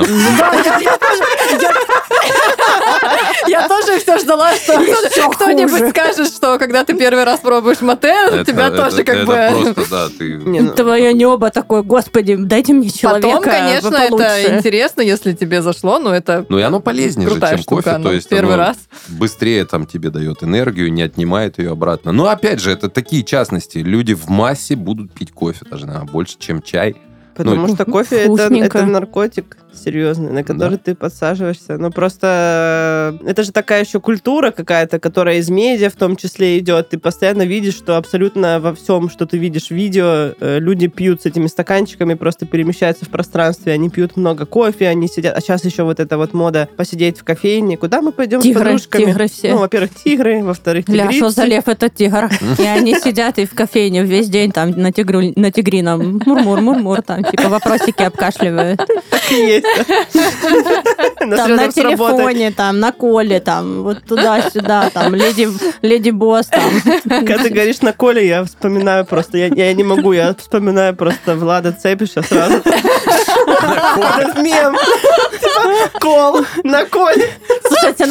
Я тоже все ждала, что кто-нибудь скажет, что когда ты первый раз пробуешь мате, тебя тоже как бы... Это просто, да, ты... Твое небо такое, господи, дайте мне человека. Потом, конечно, это интересно, если тебе зашло, но это... И оно полезнее же, чем кофе. То есть первый раз быстрее тебе дает энергию, не отнимает ее обратно. Но опять же, это такие частности. Люди в массе будут пить кофе, даже больше, чем чай. Потому что кофе это наркотик серьезный, на который ты подсаживаешься. Просто это же такая еще культура какая-то, которая из медиа в том числе идет. Ты постоянно видишь, что абсолютно во всем, что ты видишь в видео, люди пьют с этими стаканчиками, просто перемещаются в пространстве, они пьют много кофе, они сидят. А сейчас еще вот эта вот мода посидеть в кофейне. Куда мы пойдем с подружками? Тигры все. Во-первых, тигры, во-вторых, тигрицы. Что за лев, это тигр. И они сидят и в кофейне весь день там на тигрином мур-мур-мур-мур там типа вопросики обкашливают. Так и есть. Там на телефоне, там на коле, там вот туда-сюда, там леди босс. Когда ты говоришь на коле, я вспоминаю просто, я не могу, я вспоминаю просто Влада Цепиша сразу. Этот мем. Кол на коле. Слушайте,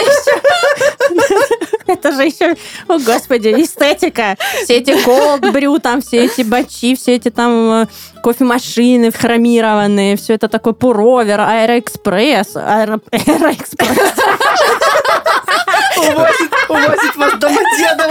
это же еще, о господи, эстетика. Все эти cold brew, там все эти бачи, все эти там кофемашины хромированные, все это такой пуровер, аэроэкспресс. Увозит вас Домодедово.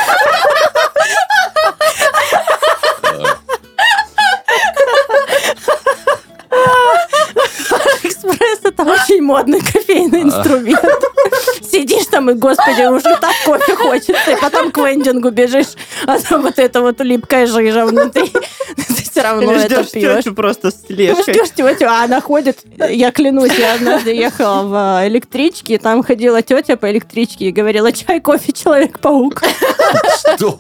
Экспресс — это очень модный кофейный инструмент. Сидишь там, и, господи, уже так кофе хочется, и потом к вендингу бежишь, а там вот эта вот липкая жижа внутри. Ты все равно это пьешь. Ждешь тетю просто с тележкой. Ждешь тетю, а она ходит, я клянусь, я однажды ехала в электричке, и там ходила тетя по электричке и говорила: чай, кофе, Человек-паук. Что?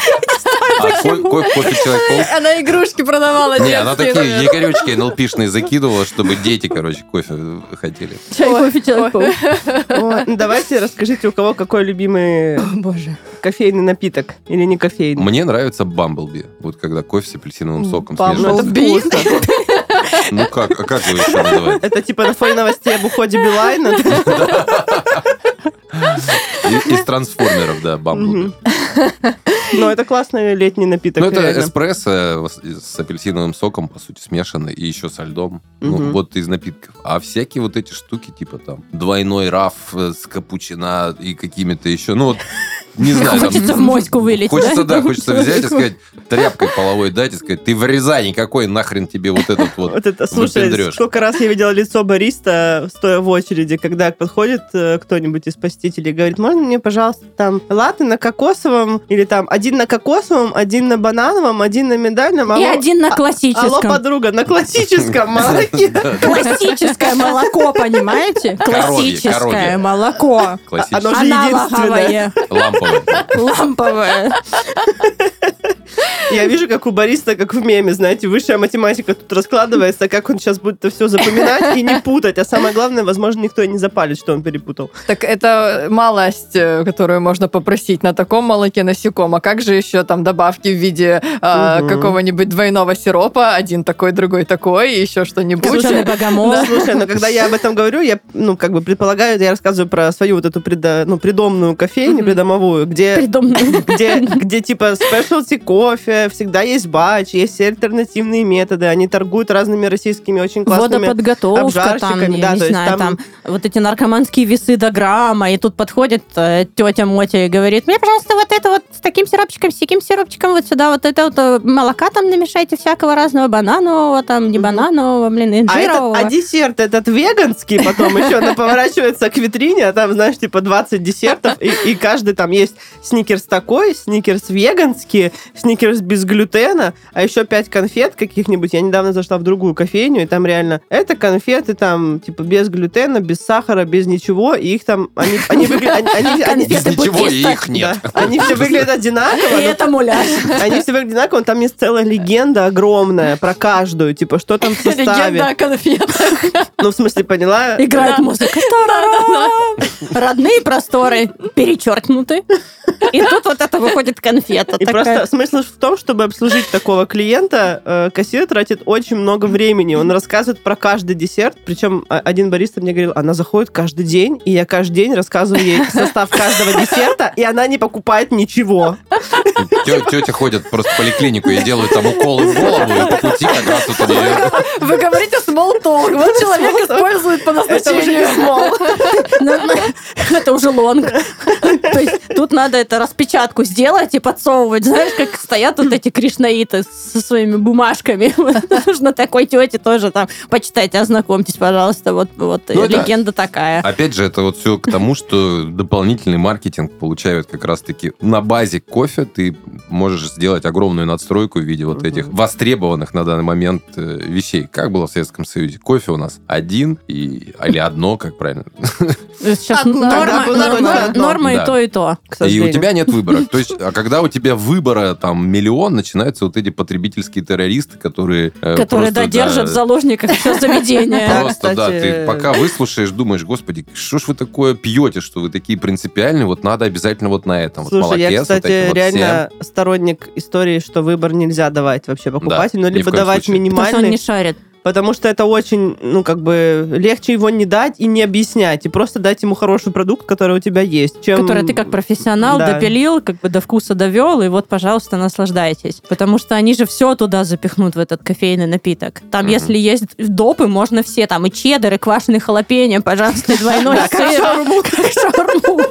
Кофе, Человек-паук? Она игрушки продавала. Не, она такие якоречки НЛПшные закидывала, чтобы дети, кофе хотели. Чай, кофе, Человек-паук. Давайте расскажите, у кого какой любимый кофейный напиток или не кофейный. Мне нравится Бамблби. Вот когда кофе с апельсиновым соком Бамблби? Ну как вы еще называете? Это типа на фоне новостей об уходе Билайна? Из трансформеров, да, Бамблби. Но это классный летний напиток. Ну, это эспрессо с апельсиновым соком, по сути, смешанный, и еще со льдом. Ну, вот из напитков. А всякие вот эти штуки, типа там двойной раф с капучино и какими-то еще, ну, вот, не знаю. Хочется в моську вылить, хочется, да? Хочется взять и сказать, тряпкой половой дать и сказать, ты в Рязани, какой нахрен тебе вот этот вот слушай, сколько раз я видела лицо бариста, стоя в очереди, когда подходит кто-нибудь из посетителей и говорит, можно мне, пожалуйста, там латте на кокосовом, или там один на кокосовом, один на банановом, один на миндальном. И один на классическом. Алло, подруга, на классическом молоке. Классическое молоко, понимаете? Классическое молоко. Оно же единственное. Ламповое. Я вижу, как у бариста, как в меме, знаете, высшая математика тут раскладывается, как он сейчас будет это все запоминать и не путать. А самое главное, возможно, никто и не запалит, что он перепутал. Так это малость, которую можно попросить на таком молоке насеком. А как же еще там добавки в виде какого-нибудь двойного сиропа, один такой, другой такой, и еще что-нибудь? Да. Слушай, но когда я об этом говорю, я, предполагаю, я рассказываю про свою вот эту придомную кофейню, придомовую, где типа спешлти кофе, всегда есть батч, есть все альтернативные методы, они торгуют разными российскими очень классными водоподготовка, там, я не знаю, там вот эти наркоманские весы до грамма, и тут подходит тетя Мотя и говорит, мне, пожалуйста, вот это вот с таким сиропчиком, с таким сиропчиком, вот сюда вот это вот молока там намешайте всякого разного, бананового, там, не бананового, инжирового. А десерт этот веганский потом еще поворачивается к витрине, а там, знаешь, типа 20 десертов, и каждый там есть сникерс такой, сникерс веганский, сникерс без глютена, а еще 5 конфет каких-нибудь. Я недавно зашла в другую кофейню, и там реально это конфеты там, типа, без глютена, без сахара, без ничего, и их там, они выглядят... Без ничего, и их нет. Они все выглядят одинаково. И это муляж. Они все выглядят одинаково, там есть целая легенда огромная про каждую, типа, что там в составе. Легенда о конфетах. Ну, в смысле, поняла? Играет музыка. Родные просторы перечеркнуты. И тут вот это выходит конфета. И просто смысл в том, чтобы обслужить такого клиента, кассир тратит очень много времени. Он рассказывает про каждый десерт. Причем один бариста мне говорил, она заходит каждый день, и я каждый день рассказываю ей состав каждого десерта, и она не покупает ничего. Тетя ходит просто в поликлинику и делают там уколы в голову, и по пути как раз вот они... Вы говорите small talk. Вот человек использует по назначению small. Это уже лонг. То есть тут надо это распечатку сделать и подсовывать. Знаешь, как стоят вот эти кришнаиты со своими бумажками. Нужно такой тете тоже там почитайте, ознакомьтесь, пожалуйста. Вот легенда такая. Опять же, это вот все к тому, что дополнительный маркетинг получают как раз-таки на базе кофе. Ты можешь сделать огромную надстройку в виде вот этих востребованных на данный момент вещей. Как было в Советском Союзе? Кофе у нас один или одно, как правильно? Сейчас норма и то, и то. И у тебя нет выбора. То есть, а когда у тебя выбора там миллион, начинаются вот эти потребительские террористы, которые держат в заложниках все заведение. Просто, да, ты пока выслушаешь, думаешь, господи, что ж вы такое пьете, что вы такие принципиальные, вот надо обязательно вот на этом. Слушай, я, кстати, реально сторонник истории, что выбор нельзя давать вообще покупателю, либо давать минимальный. Потому что он не шарит. Потому что это очень, легче его не дать и не объяснять, и просто дать ему хороший продукт, который у тебя есть. Который ты как профессионал допилил, как бы до вкуса довел, и вот, пожалуйста, наслаждайтесь. Потому что они же все туда запихнут, в этот кофейный напиток. Там, если есть допы, можно все, там, и чеддер, и квашеные халапеньо, пожалуйста, и двойной сыр. Как шаурму.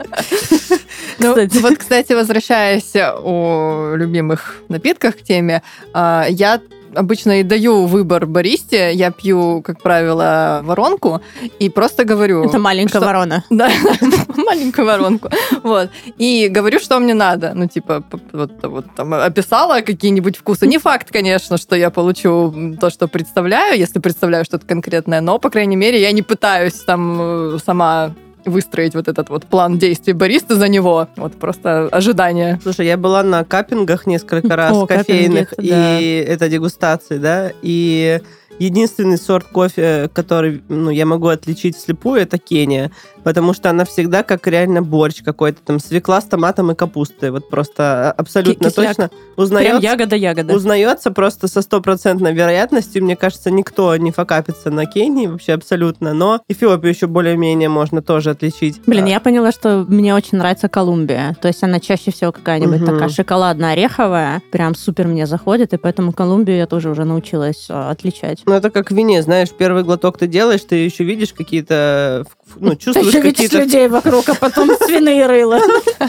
Вот, кстати, возвращаясь о любимых напитках к теме, я обычно и даю выбор баристе. Я пью, как правило, воронку и просто говорю... Это маленькая ворона. Да, маленькую воронку. Вот. И говорю, что мне надо. Вот там описала какие-нибудь вкусы. Не факт, конечно, что я получу то, что представляю, если представляю что-то конкретное, но, по крайней мере, я не пытаюсь там сама выстроить вот этот вот план действий баристы за него. Вот просто ожидание. Слушай, я была на каппингах несколько раз, кофейных, и это дегустации, да, и единственный сорт кофе, который я могу отличить вслепую, это Кения. потому что она всегда как реально борщ какой-то, там свекла с томатом и капустой. Вот просто абсолютно точно узнается. Прям ягода. Узнается просто со 100% вероятностью. Мне кажется, никто не факапится на Кении вообще абсолютно, но Эфиопию еще более-менее можно тоже отличить. Блин, я поняла, что мне очень нравится Колумбия. То есть она чаще всего какая-нибудь такая шоколадно-ореховая, прям супер мне заходит, и поэтому Колумбию я тоже уже научилась отличать. Ну, это как в вине, знаешь, первый глоток ты делаешь, ты еще видишь какие-то, чувствуешь ты еще видишь людей вокруг, а потом свиные рыла.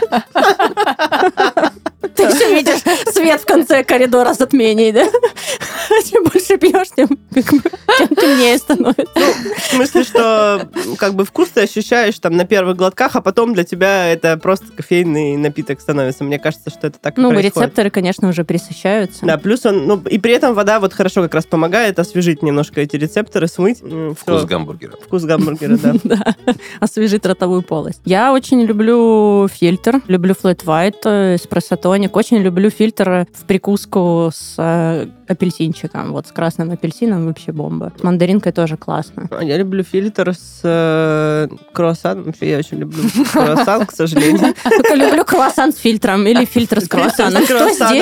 Ты все видишь свет в конце коридора затмений, да? Чем больше пьешь, тем темнее становится. В смысле, что вкус ты ощущаешь там на первых глотках, а потом для тебя это просто кофейный напиток становится. Мне кажется, что это так и происходит. Рецепторы, конечно, уже присыщаются. Да, плюс и при этом вода вот хорошо как раз помогает освежить немножко эти рецепторы, смыть. Вкус гамбургера. Вкус гамбургера, да. Да, освежить ротовую полость. Я очень люблю фильтр, люблю flat white, эспрессо-тоник, очень люблю фильтр в прикуску с апельсинчиком, вот с красным апельсином вообще бомба. С мандаринкой тоже классно. Я люблю фильтр с круассаном. Вообще, я очень люблю круассан, к сожалению. Только люблю круассан с фильтром или фильтр с круассаном. Что здесь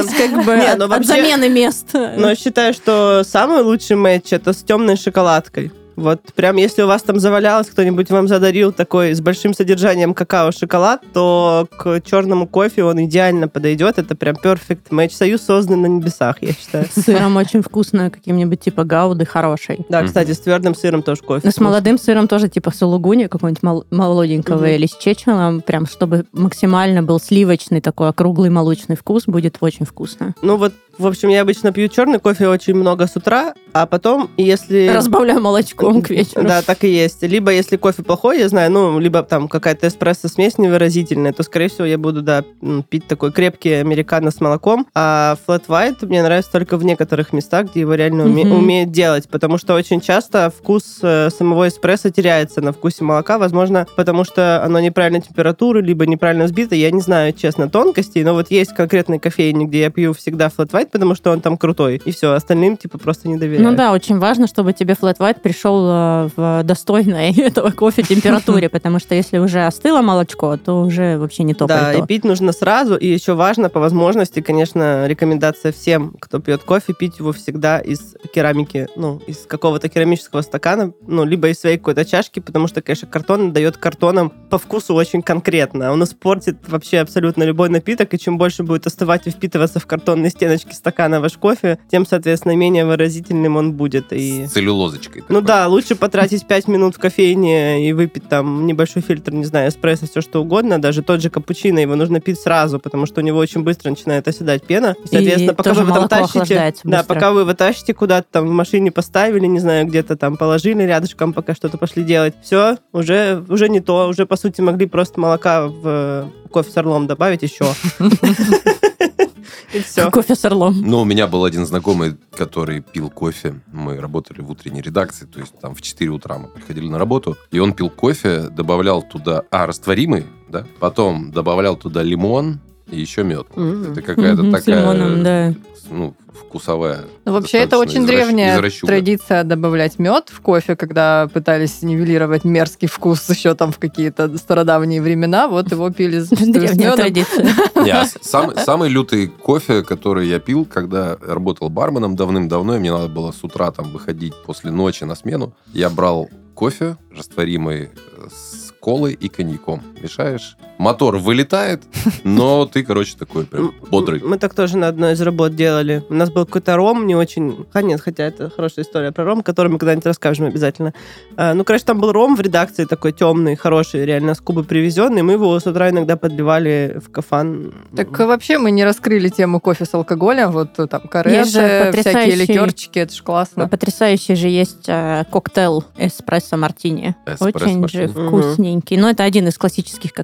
от замены мест? Но считаю, что самый лучший матч это с темной шоколадкой. Вот прям если у вас там завалялось, кто-нибудь вам задарил такой с большим содержанием какао-шоколад, то к черному кофе он идеально подойдет. Это прям perfect match. Союз создан на небесах, я считаю. С сыром очень вкусно, каким-нибудь типа гауды хороший. Да, кстати, с твердым сыром тоже кофе. Но с молодым сыром тоже типа сулугуни какого-нибудь молоденького или с чечилом, прям чтобы максимально был сливочный такой округлый молочный вкус, будет очень вкусно. В общем, я обычно пью черный кофе очень много с утра, а потом, если... Разбавляю молочком к вечеру. Да, так и есть. Либо, если кофе плохой, я знаю, либо там какая-то эспрессо-смесь невыразительная, то, скорее всего, я буду, пить такой крепкий американо с молоком. А flat white мне нравится только в некоторых местах, где его реально умеют делать, потому что очень часто вкус самого эспрессо теряется на вкусе молока, возможно, потому что оно неправильной температуры, либо неправильно взбито. Я не знаю, честно, тонкостей, но вот есть конкретный кофейни, где я пью всегда flat white, потому что он там крутой. И все, остальным просто не доверяю. Ну да, очень важно, чтобы тебе flat white пришел в достойной этого кофе температуре, потому что если уже остыло молочко, то уже вообще не то. Да, и пить нужно сразу. И еще важно, по возможности, конечно, рекомендация всем, кто пьет кофе, пить его всегда из керамики, из какого-то керамического стакана, либо из своей какой-то чашки, потому что, конечно, картон дает картоном по вкусу очень конкретно. Он испортит вообще абсолютно любой напиток, и чем больше будет остывать и впитываться в картонные стеночки стакана ваш кофе, тем, соответственно, менее выразительным он будет. И... С целлюлозочкой. Да, лучше потратить 5 минут в кофейне и выпить там небольшой фильтр, не знаю, эспрессо, все что угодно. Даже тот же капучино, его нужно пить сразу, потому что у него очень быстро начинает оседать пена. И, соответственно, пока вы его там тащите... Да, пока вы его тащите куда-то там в машине поставили, не знаю, где-то там положили рядышком, пока что-то пошли делать. Все, уже не то. Уже, по сути, могли просто молока в кофе с орлом добавить еще. И все. Кофе с орлом. У меня был один знакомый, который пил кофе. Мы работали в утренней редакции, то есть там в 4 утра мы приходили на работу. И он пил кофе, добавлял туда растворимый, да, потом добавлял туда лимон и еще мед. Это какая-то такая... С лимоном, да. Вкусовая. Вообще, это очень древняя традиция добавлять мед в кофе, когда пытались нивелировать мерзкий вкус еще там в какие-то стародавние времена. Вот его пили с древняя традиция. Самый лютый кофе, который я пил, когда работал барменом давным-давно, и мне надо было с утра там выходить после ночи на смену. Я брал кофе растворимый с колой и коньяком. Мешаешь, мотор вылетает, но ты, такой прям бодрый. Мы так тоже на одной из работ делали. У нас был какой-то ром, не очень... хотя это хорошая история про ром, который мы когда-нибудь расскажем обязательно. Там был ром в редакции такой темный, хороший, реально с Кубы привезенный. Мы его с утра иногда подливали в кафан. Так вообще мы не раскрыли тему кофе с алкоголем. Вот там каретты, всякие ликерчики, это же классно. Потрясающий же есть коктейль эспрессо-мартини. Очень же вкусненький. Но это один из классических коктейлей,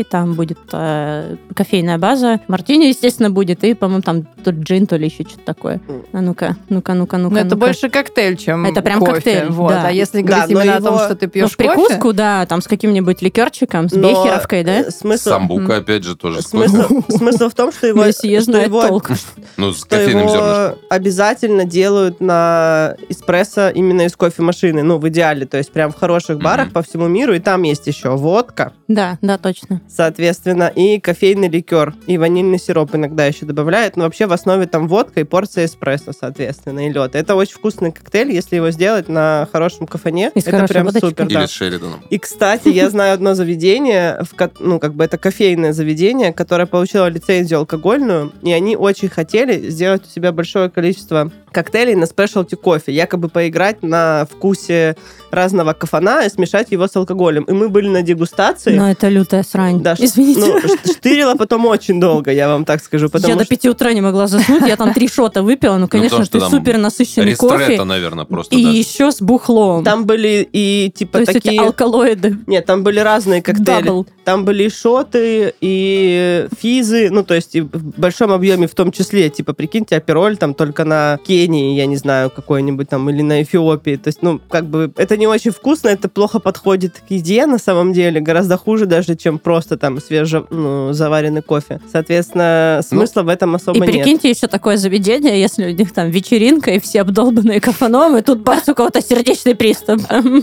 там будет кофейная база, мартини, естественно, будет, и, по-моему, там то ли джин, то ли еще что-то такое. А ну-ка. Но это больше коктейль, чем это прям кофе. коктейль, вот. да. А если говорить именно о том, что ты пьешь кофе... в прикуску, да, там с каким-нибудь ликерчиком, с бехеровкой, да? Самбука, опять же, тоже. Смысл в том, что его... Месье знает толк. Ну, с кофейным зернышком. Обязательно делают на эспрессо именно из кофемашины. Ну, в идеале. То есть прям в хороших барах по всему миру. И там есть еще водка. Да, точно. Соответственно, и кофейный ликер. И ванильный сироп иногда еще добавляют. Но вообще в основе там водка и порция эспрессо, соответственно, и лед. Это очень вкусный коктейль, если его сделать на хорошем кафене. И это прям водочкой. супер. Или с Шериданом. И, кстати, я знаю одно заведение, это кофейное заведение, которое получило лицензию алкогольную, и они очень хотели сделать у себя большое количество коктейлей на спешлти кофе, якобы поиграть на вкусе разного кафана и смешать его с алкоголем. И мы были на дегустации. Но это лютая срань. Да, извините. Штырила потом очень долго, я вам так скажу. Я до 5 утра не могла заснуть, я там 3 шота выпила, конечно, ты супер насыщенный кофе. Наверное, просто. И еще с бухлом. Там были и типа такие... То есть эти алкалоиды. Нет, там были разные коктейли. Там были и шоты, и физы, то есть и в большом объеме в том числе. Типа, прикиньте, апероль там только на Кении, я не знаю, какой-нибудь там, или на Эфиопии. То есть, это не очень вкусно, это плохо подходит к еде на самом деле, гораздо хуже даже, чем просто там заваренный кофе. Соответственно, смысла в этом особо нет. И прикиньте, еще такое заведение, если у них там вечеринка, и все обдолбанные кафаном, и тут бац, у кого-то сердечный приступ.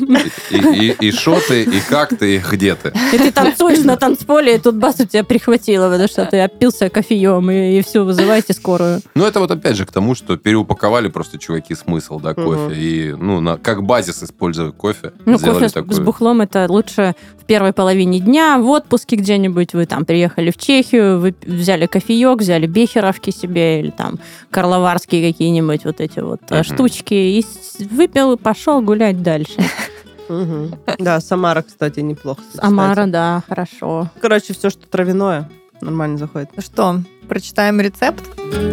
И шоты, и как ты, и где ты. И ты танцуешь на танцполе, и тут бац, у тебя прихватило, потому что ты опился кофеем, и все, вызывайте скорую. Это вот опять же к тому, что переупаковали просто чуваки смысл, да, кофе. И, как базис используя кофе, сделали кофе с бухлом это лучше в первой половине дня, в отпуске где-нибудь, вы там приехали в Чехию, вы взяли кофеек, взяли бехеровки себе, или там карловарские какие-нибудь вот эти вот штучки, и выпил, пошел гулять дальше. Да, Самара, кстати, неплохо. Самара, да, хорошо. Короче, все, что травяное, нормально заходит. Ну что, прочитаем рецепт?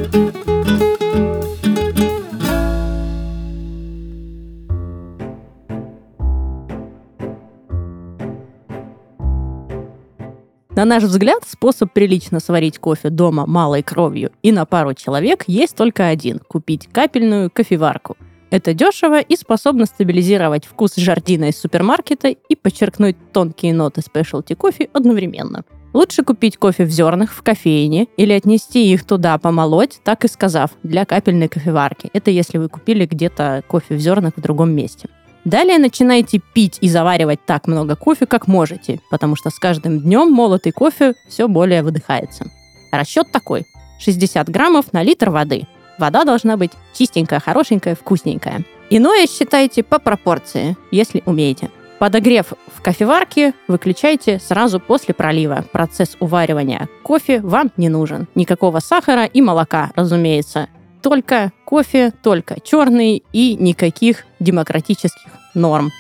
На наш взгляд, способ прилично сварить кофе дома малой кровью и на пару человек есть только один – купить капельную кофеварку. Это дешево и способно стабилизировать вкус жардина из супермаркета и подчеркнуть тонкие ноты спешлти кофе одновременно. Лучше купить кофе в зернах в кофейне или отнести их туда помолоть, так и сказав, для капельной кофеварки. Это если вы купили где-то кофе в зернах в другом месте. Далее начинайте пить и заваривать так много кофе, как можете, потому что с каждым днем молотый кофе все более выдыхается. Расчет такой. 60 граммов на литр воды. Вода должна быть чистенькая, хорошенькая, вкусненькая. Иное считайте по пропорции, если умеете. Подогрев в кофеварке выключайте сразу после пролива. Процесс уваривания кофе вам не нужен. Никакого сахара и молока, разумеется. Только кофе, только черный и никаких демократических норм.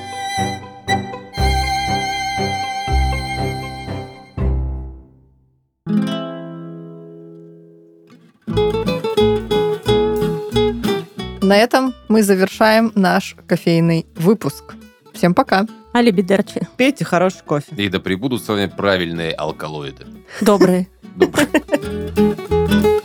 На этом мы завершаем наш кофейный выпуск. Всем пока. Алибидерчи. Пейте хороший кофе. И да пребудут с вами правильные алкалоиды. Добрые. Добрые.